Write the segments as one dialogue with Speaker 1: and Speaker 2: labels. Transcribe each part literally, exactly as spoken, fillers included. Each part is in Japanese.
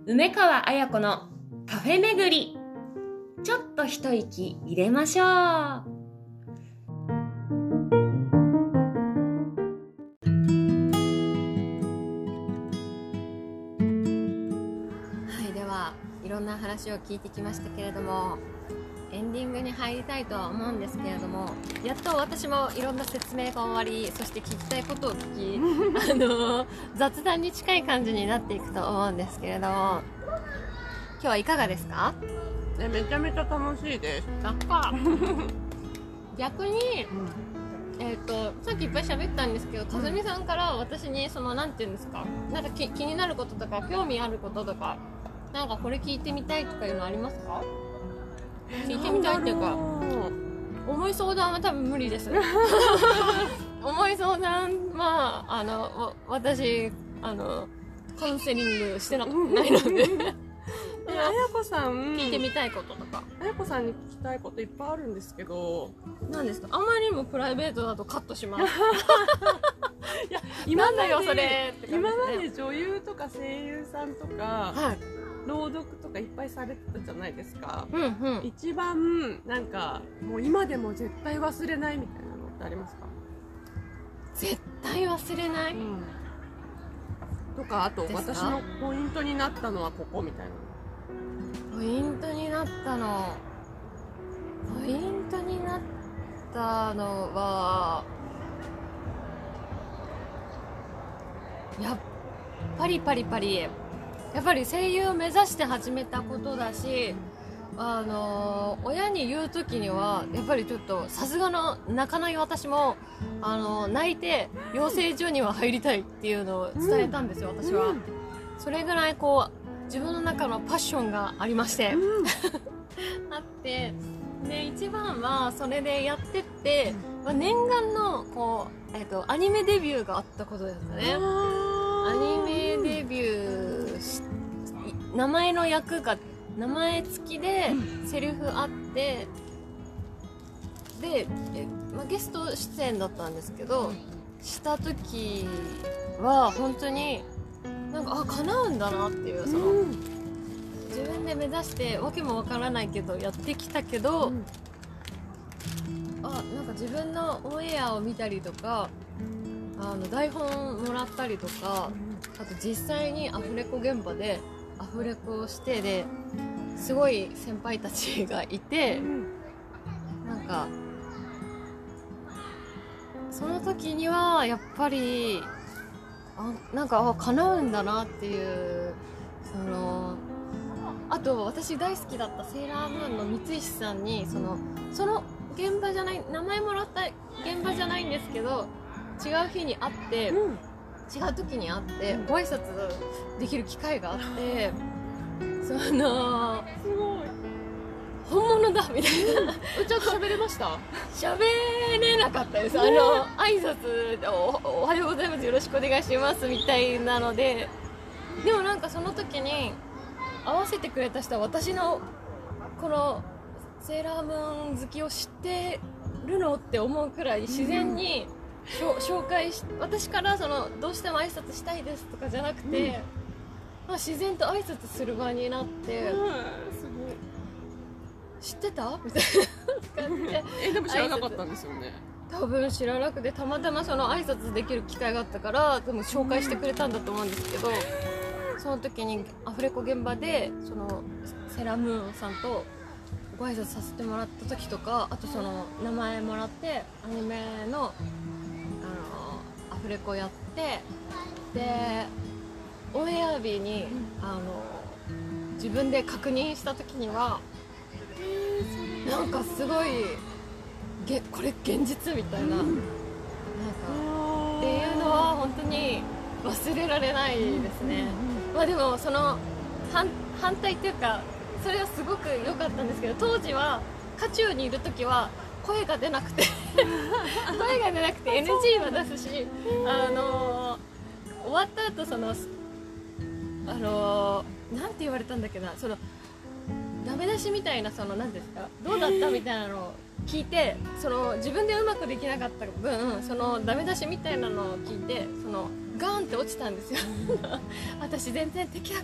Speaker 1: 梅川彩子のカフェ巡り。ちょっと一息入れましょう。はい、ではいろんな話を聞いてきましたけれども、エンディングに入りたいとは思うんですけれども、やっと私もいろんな説明が終わり、そして聞きたいことを聞きあの雑談に近い感じになっていくと思うんですけれども、今日はいかがですか？
Speaker 2: ね、めちゃめちゃ楽しいです。
Speaker 1: やっぱ逆に、うん、えっとさっきいっぱい喋ったんですけど、かずみさんから私にそのなんていうんですか、なんかき気になることとか興味あることとか、なんかこれ聞いてみたいとかいうのありますか？聞いてみたいっていうか、重い相談は多分無理です重い相談はあの私あのカウンセリングしてなないので
Speaker 2: あやこさん
Speaker 1: 聞いてみたいこととか、
Speaker 2: あやこさんに聞きたいこといっぱいあるんですけど、
Speaker 1: 何ですか？あまりにもプライベートだとカットします
Speaker 2: いや今
Speaker 1: なんだよそれって感じですね。
Speaker 2: 今まで女優とか声優さんとか、
Speaker 1: はい、
Speaker 2: 朗読とかいっぱいされてたじゃないですか、
Speaker 1: うんうん、
Speaker 2: 一番なんかもう今でも絶対忘れないみたいなのってありますか？
Speaker 1: 絶対忘れない、うん、
Speaker 2: とか、あと私のポイントになったのはここみたいな。
Speaker 1: ポイントになったのポイントになったのはやっぱりパリパリやっぱり声優を目指して始めたことだし、あのー、親に言う時にはやっぱりちょっとさすがの泣かない私も、あのー、泣いて養成所には入りたいっていうのを伝えたんですよ、うん、私は、うん、それぐらいこう自分の中のパッションがありまして、うん、あってで一番はそれでやってって、まあ、念願のこう、えーと、アニメデビューがあったことですね。アニメデビューし名前の役が名前付きでセリフあって、でえ、まあ、ゲスト出演だったんですけど、した時は本当になんかあ叶うんだなっていう、その、うん、自分で目指してわけもわからないけどやってきたけど、うん、あなんか自分のオンエアを見たりとか、あの台本もらったりとか、あと実際にアフレコ現場でアフレコをしてですごい先輩たちがいて、うん、なんかその時にはやっぱりあなんかあ叶うんだなっていう、そのあと私大好きだったセーラームーンの三石さんにそのその現場じゃない名前もらった現場じゃないんですけど違う日に会って、うん、違う時に会ってご挨拶できる機会があって、そのすごい本物だみたいな
Speaker 2: ちょっと喋れました？
Speaker 1: 喋れなかったです。あの挨拶 お, おはようございますよろしくお願いしますみたいなので、でもなんかその時に合わせてくれた人は私のこのセーラームーン好きを知ってるのって思うくらい自然に、うん、紹介し私からそのどうしても挨拶したいですとかじゃなくて、うんまあ、自然と挨拶する場になって、うん、すごい知ってたみたいな感じで
Speaker 2: えでも知らなかったんですよね。
Speaker 1: 多分知らなくてたまたまその挨拶できる機会があったから多分紹介してくれたんだと思うんですけど、その時にアフレコ現場でそのセラムーンさんとご挨拶させてもらった時とか、あとその名前もらってアニメの、あのアフレコやってでオンエア日に、うん、あの自分で確認した時にはなんかすごいげこれ現実みたいな、うん、なんかっていうのは本当に忘れられないですね、うん、まあでもその 反, 反対っていうかそれはすごく良かったんですけど、当時は渦中にいる時は声が出なくて声が出なくて エヌジー は出すし、あのー、終わった後そのあのー、なんて言われたんだっけな、そのダメ出しみたいな、その何ですかどうだったみたいなのを聞いて、その自分でうまくできなかった分そのダメ出しみたいなのを聞いてそのガーンって落ちたんですよ私全然できなかった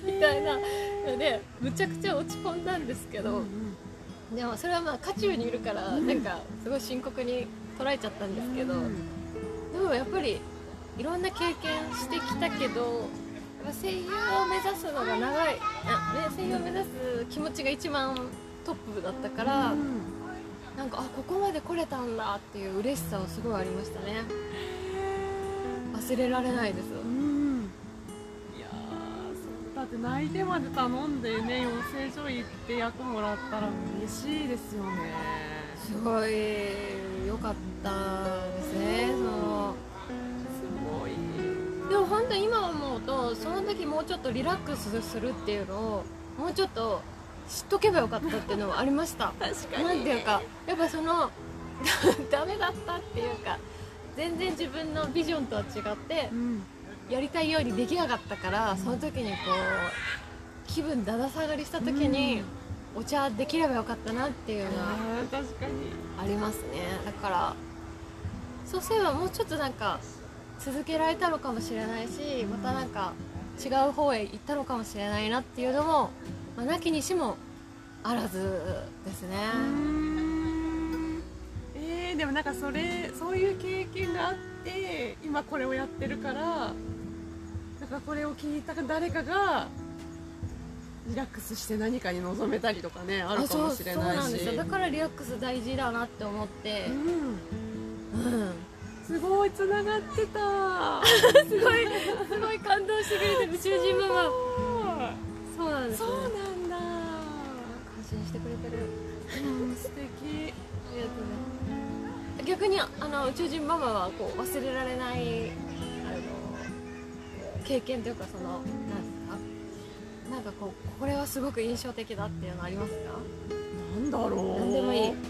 Speaker 1: みたいなのでむちゃくちゃ落ち込んだんですけど、
Speaker 2: うんうん、
Speaker 1: でもそれはまあ渦中にいるからなんかすごい深刻に捉えちゃったんですけど、
Speaker 2: うん、
Speaker 1: でもやっぱりいろんな経験してきたけど、やっぱ声優を目指すのが長いあ、ね、声優を目指す気持ちが一番トップだったから、うん、なんかあここまで来れたんだっていう嬉しさはすごいありましたね。忘れられないです。
Speaker 2: うん、いやー、そうだって泣いてまで頼んでね養成所行って役もらったら嬉しいですよね。
Speaker 1: すごい良かったですね。その
Speaker 2: すごい。
Speaker 1: でも本当に今思うとその時もうちょっとリラックスするっていうのをもうちょっと知っとけばよかったっていうのはありました
Speaker 2: 確かに。
Speaker 1: なんていうかやっぱそのダメだったっていうか全然自分のビジョンとは違って、うん、やりたいようにできなかったから、うん、その時にこう気分だだ下がりした時に、うん、お茶できればよかったなっていうのは
Speaker 2: 確かに
Speaker 1: ありますね。だからそうすればもうちょっとなんか続けられたのかもしれないし、またなんか違う方へ行ったのかもしれないなっていうのも、まあ、なきにしもあらずですね。
Speaker 2: うーん、えー、でもなんかそれそういう経験があって今これをやってるから、なんかこれを聞いた誰かがリラックスして何かに臨めたりとかねあるかもしれないし。そう、そうなんですよ。
Speaker 1: だからリラックス大事だなって思って、うん、うん、
Speaker 2: すごいつながってた
Speaker 1: すごいすごい感動してくれて宇宙人ママそうなんです、ね、
Speaker 2: そうなんだ。感
Speaker 1: 心してくれてる、
Speaker 2: うん、素敵。あ
Speaker 1: りがとうございます。逆にあの宇宙人ママはこう忘れられないあの経験というか、そのなんですか、なんかこうこれはすごく印象的だっていうのありますか？
Speaker 2: なんだろう。
Speaker 1: なんでもいい。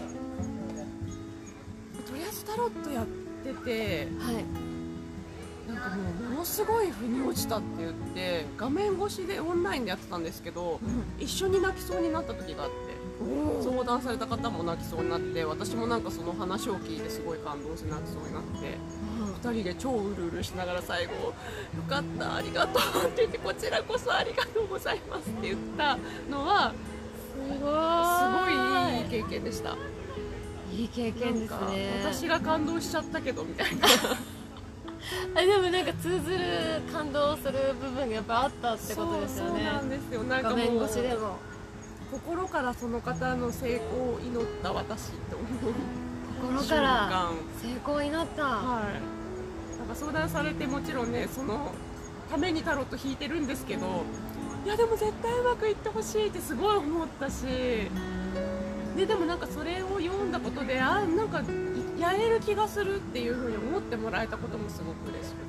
Speaker 2: とりあえずタロットやってて、
Speaker 1: はい、
Speaker 2: なんかもうものすごい腑に落ちたって言って画面越しでオンラインでやってたんですけど、うん、一緒に泣きそうになった時があって、相談された方も泣きそうになって、私もなんかその話を聞いてすごい感動して泣きそうになって、うん、ふたりで超うるうるしながら最後よかったありがとうって言って、こちらこそありがとうございますって言ったのはすごいいい経験でした。
Speaker 1: いい経験ですね。
Speaker 2: 私が感動しちゃったけどみたいな
Speaker 1: あ、でもなんか通ずる感動する部分がやっぱあったってことですよね。
Speaker 2: そう、そうなんですよ。なんかもう
Speaker 1: 画面越しでも
Speaker 2: 心からその方の成功を祈った私と思う。
Speaker 1: 心から成功を祈った。
Speaker 2: はい。なんか相談されてもちろんねそのためにタロット引いてるんですけど、いやでも絶対うまくいってほしいってすごい思ったし。で, でもなんかそれを読んだことで、あ、なんかやれる気がするっていう風に思ってもらえたこともすごく嬉しく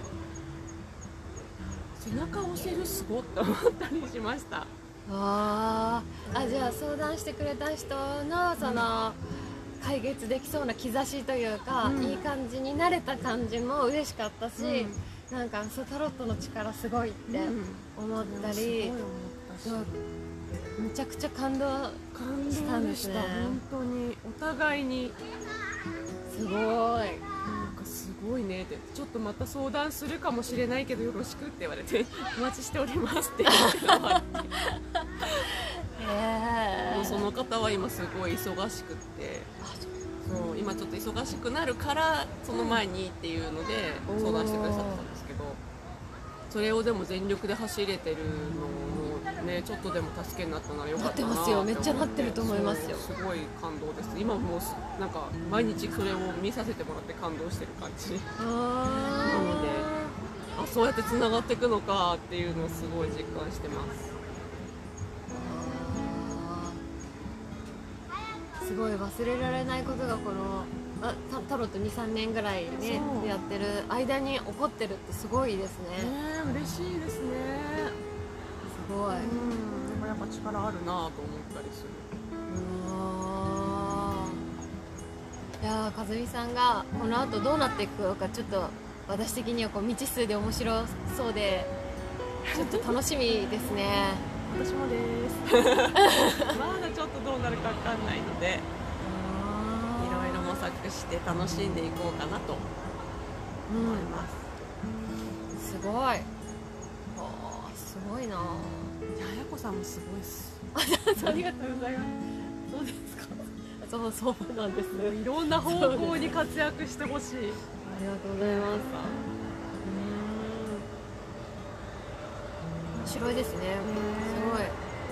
Speaker 2: て、背中を押せるすごって思ったりしました。
Speaker 1: ああ、じゃあ相談してくれた人のその解決できそうな兆しというか、うん、いい感じになれた感じも嬉しかったし、うん、なんかそうタロットの力すごいって思ったり、うん、めちゃくちゃ感動したんですね。
Speaker 2: 本当にお互いに
Speaker 1: すごい、
Speaker 2: なんかすごいねって、ちょっとまた相談するかもしれないけどよろしくって言われてお待ちしておりますって言って終わって
Speaker 1: えー、
Speaker 2: もうその方は今すごい忙しくって、そう今ちょっと忙しくなるからその前にっていうので相談してくださったんですけど、それをでも全力で走れてるのもね、ちょっとでも助けになったならよかったなって思って。
Speaker 1: なってますよ。めっちゃなってると思いますよ。
Speaker 2: すごい感動です。今もうなんか毎日それを見させてもらって感動してる感じなので、あ、そうやってつながっていくのかっていうのをすごい実感してます。
Speaker 1: すごい忘れられないことがこのあ タ, タロット にさんねんぐらいねやってる間に起こってるってすごいですね。
Speaker 2: ね、嬉しいですね。
Speaker 1: すごい。うん、
Speaker 2: でもやっぱ力あるなと思ったりする。
Speaker 1: いやー、和美さんがこの後どうなっていくのかちょっと私的にはこう未知数で面白そうでちょっと楽しみですね。
Speaker 2: 私もですまだちょっとどうなるか分かんないので、いろいろ模索して楽しんでいこうかなと思います。
Speaker 1: うん、すごい。 すごいな。
Speaker 2: いや、あやこさんもすごいっす。
Speaker 1: ありがとうございます。そうですか。そうそうなんですね。
Speaker 2: いろんな方向に活躍してほしい。
Speaker 1: ありがとうございます。面白いですね。すごい。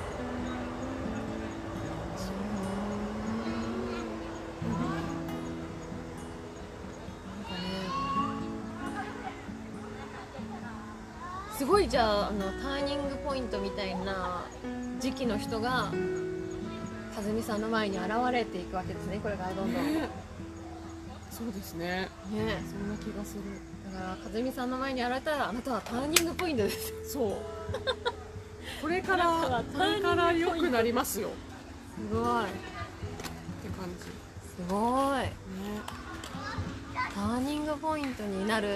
Speaker 1: すごい。じゃあ、あのターニングポイントみたいな時期の人が和美さんの前に現れていくわけですね。これからどんどん、ね、
Speaker 2: そうですね。
Speaker 1: ね、
Speaker 2: そんな気がする。
Speaker 1: だから和美さんの前に現れたら、あなたはターニングポイントです。
Speaker 2: そう。これからこれから良くなりますよ。
Speaker 1: すごい。って
Speaker 2: 感じ。
Speaker 1: すごい。ね。ターニングポイントになる。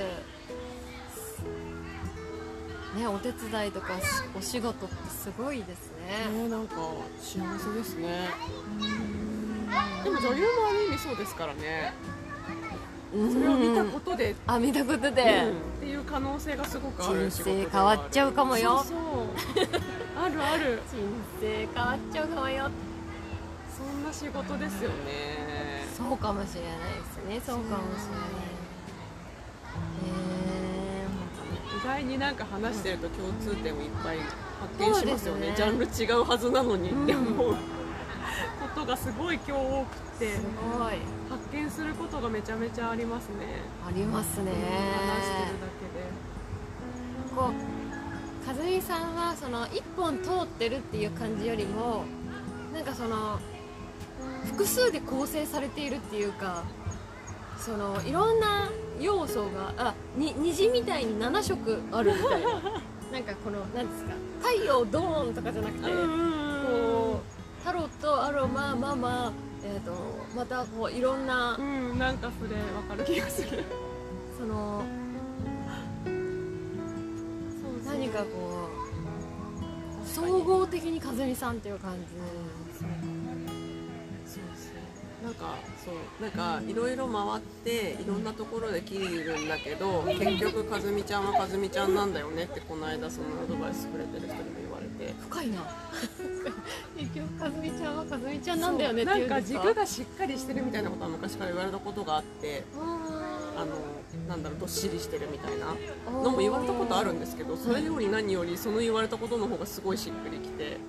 Speaker 1: ね、お手伝いとかお仕事ってすごいですね。
Speaker 2: ね、なんか幸せですね。でも女優もある意味そうですからね。それを見たことで、
Speaker 1: あ、見たことで、うん、
Speaker 2: っていう可能性がすごくある。
Speaker 1: 人生変わっちゃうかもよ。
Speaker 2: そうそうあるある。
Speaker 1: 人生変わっちゃうかもよ。
Speaker 2: そんな仕事ですよね。
Speaker 1: そうかもしれないですね。そうかもしれない。
Speaker 2: 意外になんか話してると共通点をいっぱい発見しますよね。ジャンル違うはずなのにって思うことがすごい今日多くて、すごい発見することがめちゃめちゃありますね。
Speaker 1: ありますね。
Speaker 2: 話してるだけで。
Speaker 1: こう和美さんはその一本通ってるっていう感じよりも、なんかその複数で構成されているっていうか、そのいろんな要素が、あ、に虹みたいになな色あるみたいななんかこのなんですか、太陽ドーンとかじゃなくて、こうタロット、アロマ、ママ、えーとまたこういろんな、
Speaker 2: うん、なんかそれ分かる気がする。
Speaker 1: そのそう何かこう総合的に和美さんっていう感じ。
Speaker 2: なんかそうなんかいろいろ回っていろんなところで切るんだけど、結局和美ちゃんは和美ちゃんなんだよねってこの間そのアドバイスくれてる人にも言われて、
Speaker 1: 深いな結局和美ちゃんは和美ちゃんなんだよねっていうんですか。
Speaker 2: なんか軸がしっかりしてるみたいなことは昔から言われたことがあって、あのなんだろう、どっしりしてるみたいなのも言われたことあるんですけど、それより何よりその言われたことの方がすごいしっくりきて、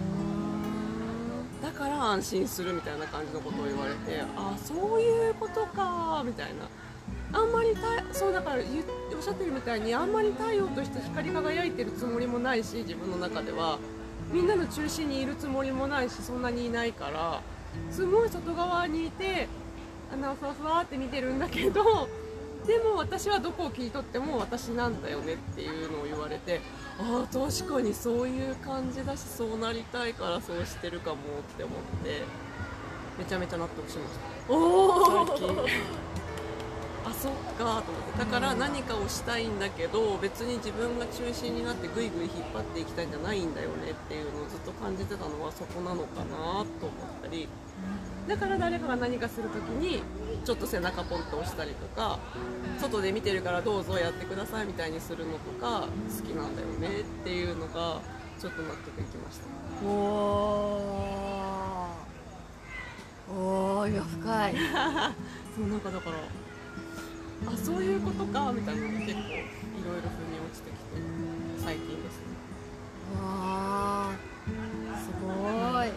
Speaker 2: だから安心するみたいな感じのことを言われて、あ、そういうことかみたいな。あんまりたそうだから言おっしゃってるみたいに、あんまり太陽として光り輝いてるつもりもないし、自分の中ではみんなの中心にいるつもりもないし、そんなにいないから、すごい外側にいてあのふわふわって見てるんだけど、でも私はどこを切り取っても私なんだよねっていうのを言われて、ああ確かにそういう感じだし、そうなりたいからそうしてるかもって思って、めちゃめちゃ納得しました。お最近あ、そっかと思って。だから何かをしたいんだけど、別に自分が中心になってグイグイ引っ張っていきたいんじゃないんだよねっていうのをずっと感じてたのはそこなのかなと思ったり、だから誰かが何かするときにちょっと背中ポンと押したりとか、外で見てるからどうぞやってくださいみたいにするのとか好きなんだよねっていうのがちょっと納得いきました。
Speaker 1: おーおー、いや深い
Speaker 2: そう、なんかだからあ、そういうことかみたいなのが結構いろいろ腑に落ちてきて最近ですね。
Speaker 1: わー、すごい面白い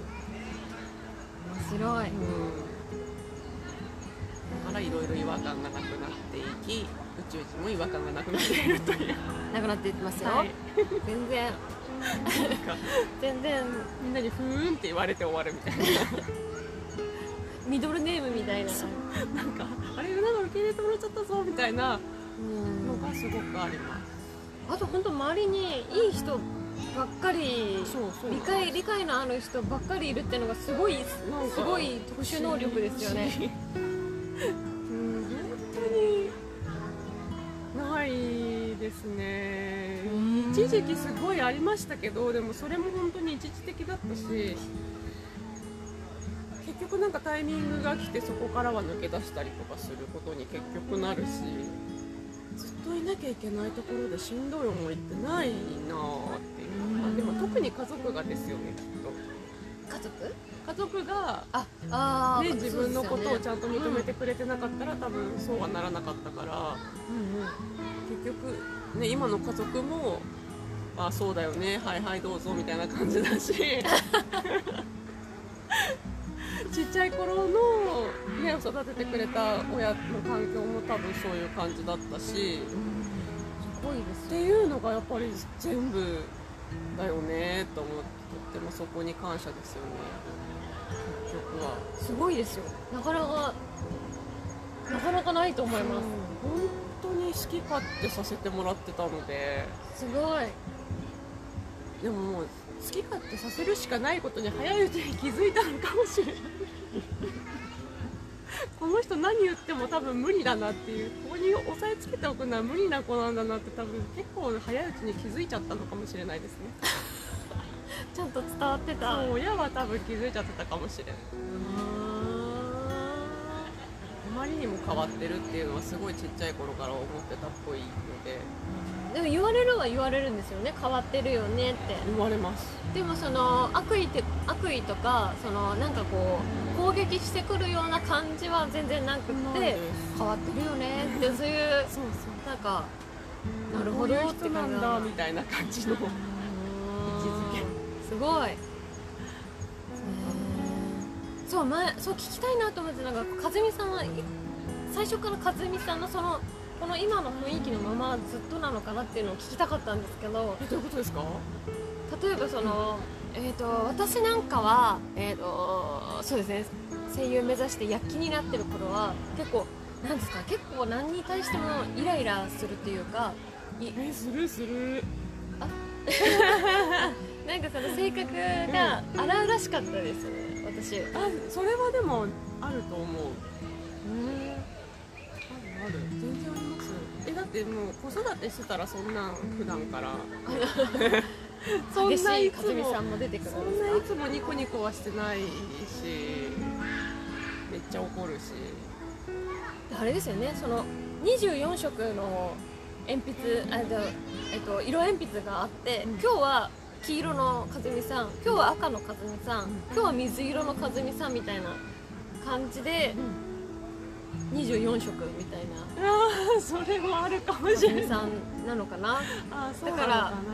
Speaker 1: 面白い、うん、
Speaker 2: だからいろいろ違和感がなくなっていき、宇宙人も違和感がなくなっているという
Speaker 1: なくなっていってますよ、はい、全然全然
Speaker 2: みんなにふーんって言われて終わるみたいな
Speaker 1: ミドルネームみたいな、
Speaker 2: なんかあれ、うなの受け入れてもらっちゃったぞみたいなのがすごくあります。
Speaker 1: あと本当周りにいい人ばっかり、
Speaker 2: そうそう、
Speaker 1: 理解理解のある人ばっかりいるっていうのがすごいすごい特殊能力ですよね。
Speaker 2: うん、本当にないですね。一時期すごいありましたけど、でもそれも本当に一時的だったし、結局なんかタイミングが来てそこからは抜け出したりとかすることに結局なるし、ずっとといなきゃいけないところでしんどい思いってないなーっていう、
Speaker 1: うん
Speaker 2: あでも特に家族がですよねきっと。
Speaker 1: 家族
Speaker 2: 家族が
Speaker 1: ああ
Speaker 2: ね、
Speaker 1: ー
Speaker 2: 自分のことをちゃんと認めて
Speaker 1: く
Speaker 2: くれてなかったら、多分そうはならなかったから、
Speaker 1: うんうん
Speaker 2: 結局、ね、今の家族もあそうだよねはいはいどうぞみたいな感じだしちっちゃい頃の、ね、育ててくれた親の環境も多分そういう感じだったし、
Speaker 1: すごいです
Speaker 2: っていうのがやっぱり全部だよねと思って、とってもそこに感謝ですよね結局は。
Speaker 1: すごいですよ。なかなかなかなかないと思います。
Speaker 2: 本当に好き勝手させてもらってたので、
Speaker 1: すごい。
Speaker 2: でももう好き勝手させるしかないことに早いうちに気づいたのかもしれないこの人何言っても多分無理だなっていう、ここに押さえつけておくのは無理な子なんだなって多分結構早いうちに気づいちゃったのかもしれないですね
Speaker 1: ちゃんと伝わってた。
Speaker 2: そう親は多分気づいちゃってたかもしれない。あまりにも変わってるっていうのはすごいちっちゃい頃から思ってたっぽいので。
Speaker 1: でも言われるは言われるんですよね。変わってるよねって
Speaker 2: 言われます。
Speaker 1: でもその悪意って悪意とかそのなんかこう攻撃してくるような感じは全然なくって変わってるよねってそういう
Speaker 2: そうそう
Speaker 1: なんかなる
Speaker 2: こういう
Speaker 1: ほどって
Speaker 2: 人なん
Speaker 1: 感じ
Speaker 2: だみたいな感じの位置づけ。
Speaker 1: すごい。そう前そう聞きたいなと思ってなんか和美さんはい最初から和美さんのそのこの今の雰囲気のままずっとなのかなっていうのを聞きたかったんですけど、
Speaker 2: えどういうことですか？
Speaker 1: 例えばその、えー、と私なんかは、えー、とそうですね声優目指して躍起になってる頃は結構なんですか結構何に対してもイライラするっていうかい
Speaker 2: えするする。
Speaker 1: なんかその性格が荒々しかったですね私。
Speaker 2: あそれはでもあると思う。
Speaker 1: うん
Speaker 2: ある全然あります。えだってもう子育てしてたらそんなん普段からそん
Speaker 1: 激し
Speaker 2: ないつ
Speaker 1: 和美
Speaker 2: も
Speaker 1: さんも出てくる
Speaker 2: そ
Speaker 1: んですか
Speaker 2: んないつもニコニコはしてないしめっちゃ怒るし。
Speaker 1: あれですよねそのにじゅうよん色の鉛筆あじゃあえっと、色鉛筆があって、うん、今日は黄色の和美さん今日は赤の和美さん、うん、今日は水色の和美さんみたいな感じで、うん、にじゅうよん色みたいな
Speaker 2: あそれもあるかもしれない
Speaker 1: 和美さんなのかな
Speaker 2: あそうなのか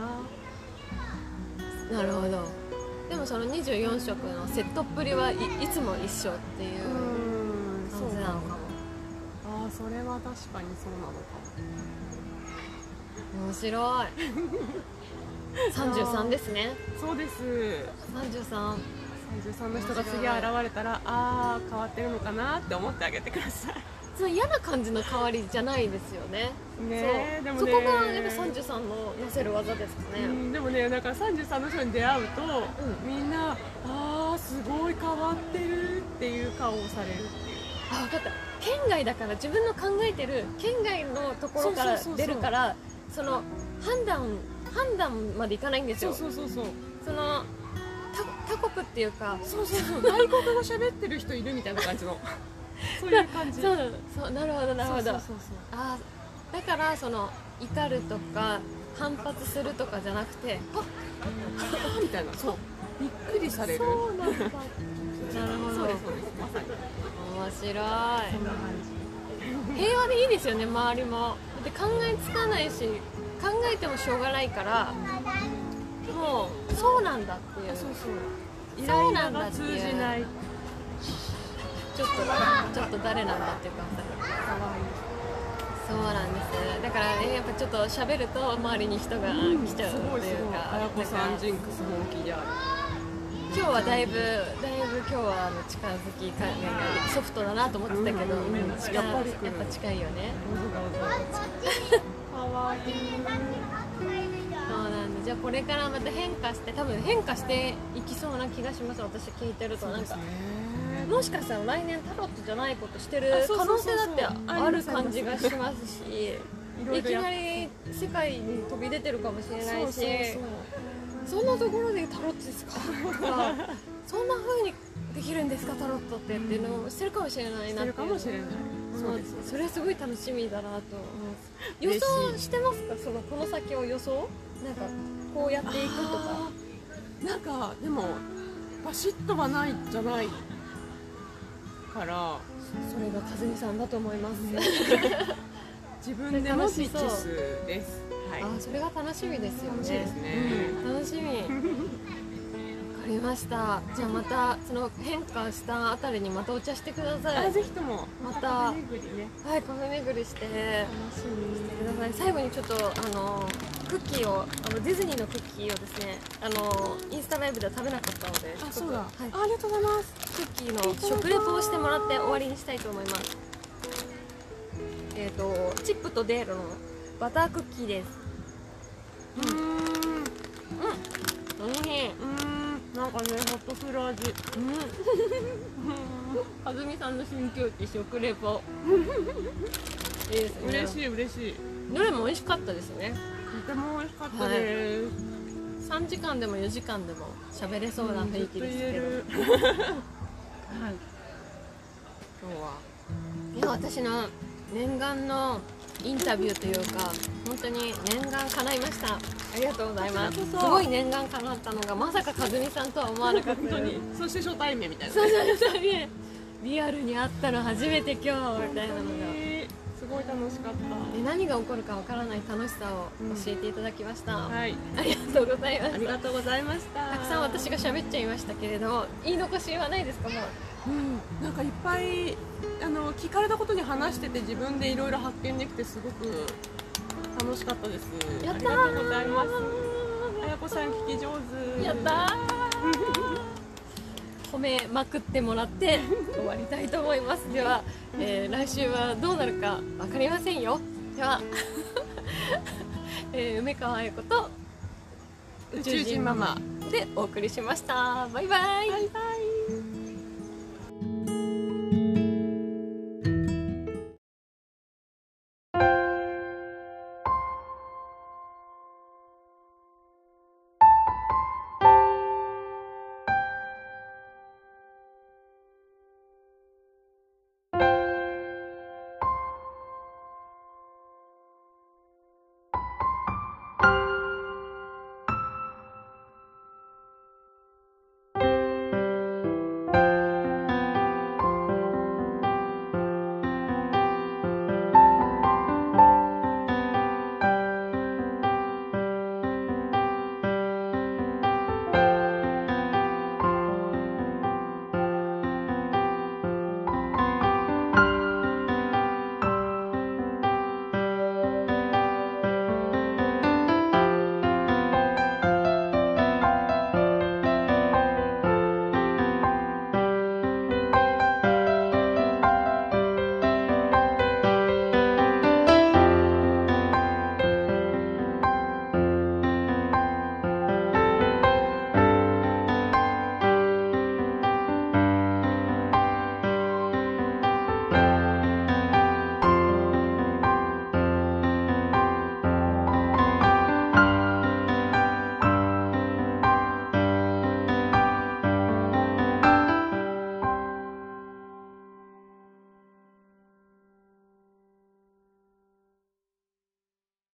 Speaker 2: な。
Speaker 1: なるほど。でもそのにじゅうよん色のセットっぷりはい、いつも一緒っていう感じなのかも。
Speaker 2: あそれは確かにそうなのかも。
Speaker 1: 面白いさんじゅうさんですね。
Speaker 2: そうです。
Speaker 1: さんじゅうさん。さ
Speaker 2: んじゅうさんの人が次現れたらあー変わってるのかなって思ってあげてください。
Speaker 1: その嫌な感じの変わりじゃないですよね。
Speaker 2: ねでもね
Speaker 1: そこがやっぱさんじゅうさんのなせる技ですかね。
Speaker 2: うん、でもねだからさんじゅうさんの人に出会うと、うん、みんなあーすごい変わってるっていう顔をされるっていう。
Speaker 1: あ分かった。県外だから自分の考えてる県外のところから出るからその判断判断までいかないんですよ。
Speaker 2: そうそうそうそう。
Speaker 1: その他, 他国っていうか
Speaker 2: そうそうそう外国語喋ってる人いるみたいな感じのそういう感じ。
Speaker 1: そうそうなるほどなるほど。
Speaker 2: そうそうそうそう。
Speaker 1: あだからその怒るとか反発するとかじゃなくてパッ
Speaker 2: みたいなそうびっくりされる。
Speaker 1: そうなんだなるほど。
Speaker 2: そうですそうですまさに
Speaker 1: 面白い。
Speaker 2: そんな感
Speaker 1: じ。平和でいいですよね周りも。で考えつかないし考えてもしょうがないからもうそうなんだっていう。
Speaker 2: そうそう
Speaker 1: イライラが通じ
Speaker 2: ない。
Speaker 1: ちょっとちょっと誰なんだっていうかかわいい。そうなんです。だからねやっぱちょっと喋ると周りに人が来ちゃうっていうか。
Speaker 2: あやこさんジンクス本気である。
Speaker 1: 今日はだいぶだいぶ今日はあの近づき加減がソフトだなと思ってたけど、うんうん、やっぱやっぱ近いよね。
Speaker 2: かわいい。
Speaker 1: そうなんでじゃあこれからまた変化して多分変化していきそうな気がします。私聞いてるとなんか、ね、もしかしたら来年タロットじゃないことしてる可能性だってある感じがしますしいきなり世界に飛び出てるかもしれないし。そうそうそうそんなところでタロットですかとかそんな風にできるんですかタロットってっていうのをしてるかもしれないなっていう。
Speaker 2: してるかもしれない。 そうです。
Speaker 1: それすごい楽しみだなと思います。予
Speaker 2: 嬉しい
Speaker 1: 想してますか、そのこの先を予想、なんかこうやっていくとか。
Speaker 2: あーなんかでもバシッとはないじゃないから
Speaker 1: それがかずみさんだと思います。
Speaker 2: 自分でも未知数です。はい。
Speaker 1: あ、それが楽しみですよね。
Speaker 2: 楽しいですね。
Speaker 1: うん、楽しみ。わかりました。じゃあまたその変化したあたりにまたお茶してください。
Speaker 2: あ、ぜひとも
Speaker 1: また
Speaker 2: カフェ巡りね。
Speaker 1: はい、カフェ巡りして
Speaker 2: 楽しみにして
Speaker 1: ください。最後にちょっとあのクッキーをあのディズニーのクッキーをですね、あのインスタライブでは食べなかったので、
Speaker 2: あ、そうだ。
Speaker 1: はい、
Speaker 2: あ、ありがとうございます。
Speaker 1: クッキーの食レポをしてもらって終わりにしたいと思います。えっ、とチップとデールのバタークッキーです。
Speaker 2: うーん。
Speaker 1: うん、おいしい。
Speaker 2: うーん。なんかね、ホッとする味。
Speaker 1: うん。かずみさんの新境地食レポ。いいですね。
Speaker 2: 嬉しい嬉しい。
Speaker 1: どれも美味しかったですね。
Speaker 2: とても美味しかったです。
Speaker 1: さんじかんでもよじかんでも喋れそうな雰囲気ですけど。
Speaker 2: うん、ずっと言える。はい。今日は。
Speaker 1: いや、私の念願のインタビューというか、本当に念願叶いました。ありがとうございます。すごい念願叶ったのが、まさかかずみさんとは思わなかった。
Speaker 2: 本当に。そして初対面みたいな。
Speaker 1: そうそうそうね。リアルに会ったの初めて今日みたいなのが。
Speaker 2: すごい楽しかった。
Speaker 1: で、何が起こるかわからない楽しさを教えていただきました。
Speaker 2: うん、はい。
Speaker 1: ありがとうございました。
Speaker 2: ありがとうございました。
Speaker 1: たくさん私が喋っちゃいましたけれど、言い残しはないですか、もう。
Speaker 2: うん、なんかいっぱいあの聞かれたことに話してて自分でいろいろ発見できてすごく楽しかったです。
Speaker 1: やったー、
Speaker 2: ありがとうございます。あやこさん聞き上手。
Speaker 1: やったー褒めまくってもらって終わりたいと思います。では、えー、来週はどうなるか分かりませんよ。では、えー、梅川彩子と
Speaker 2: 宇宙人ママ
Speaker 1: でお送りしました。バイバイ。
Speaker 2: バイバイ。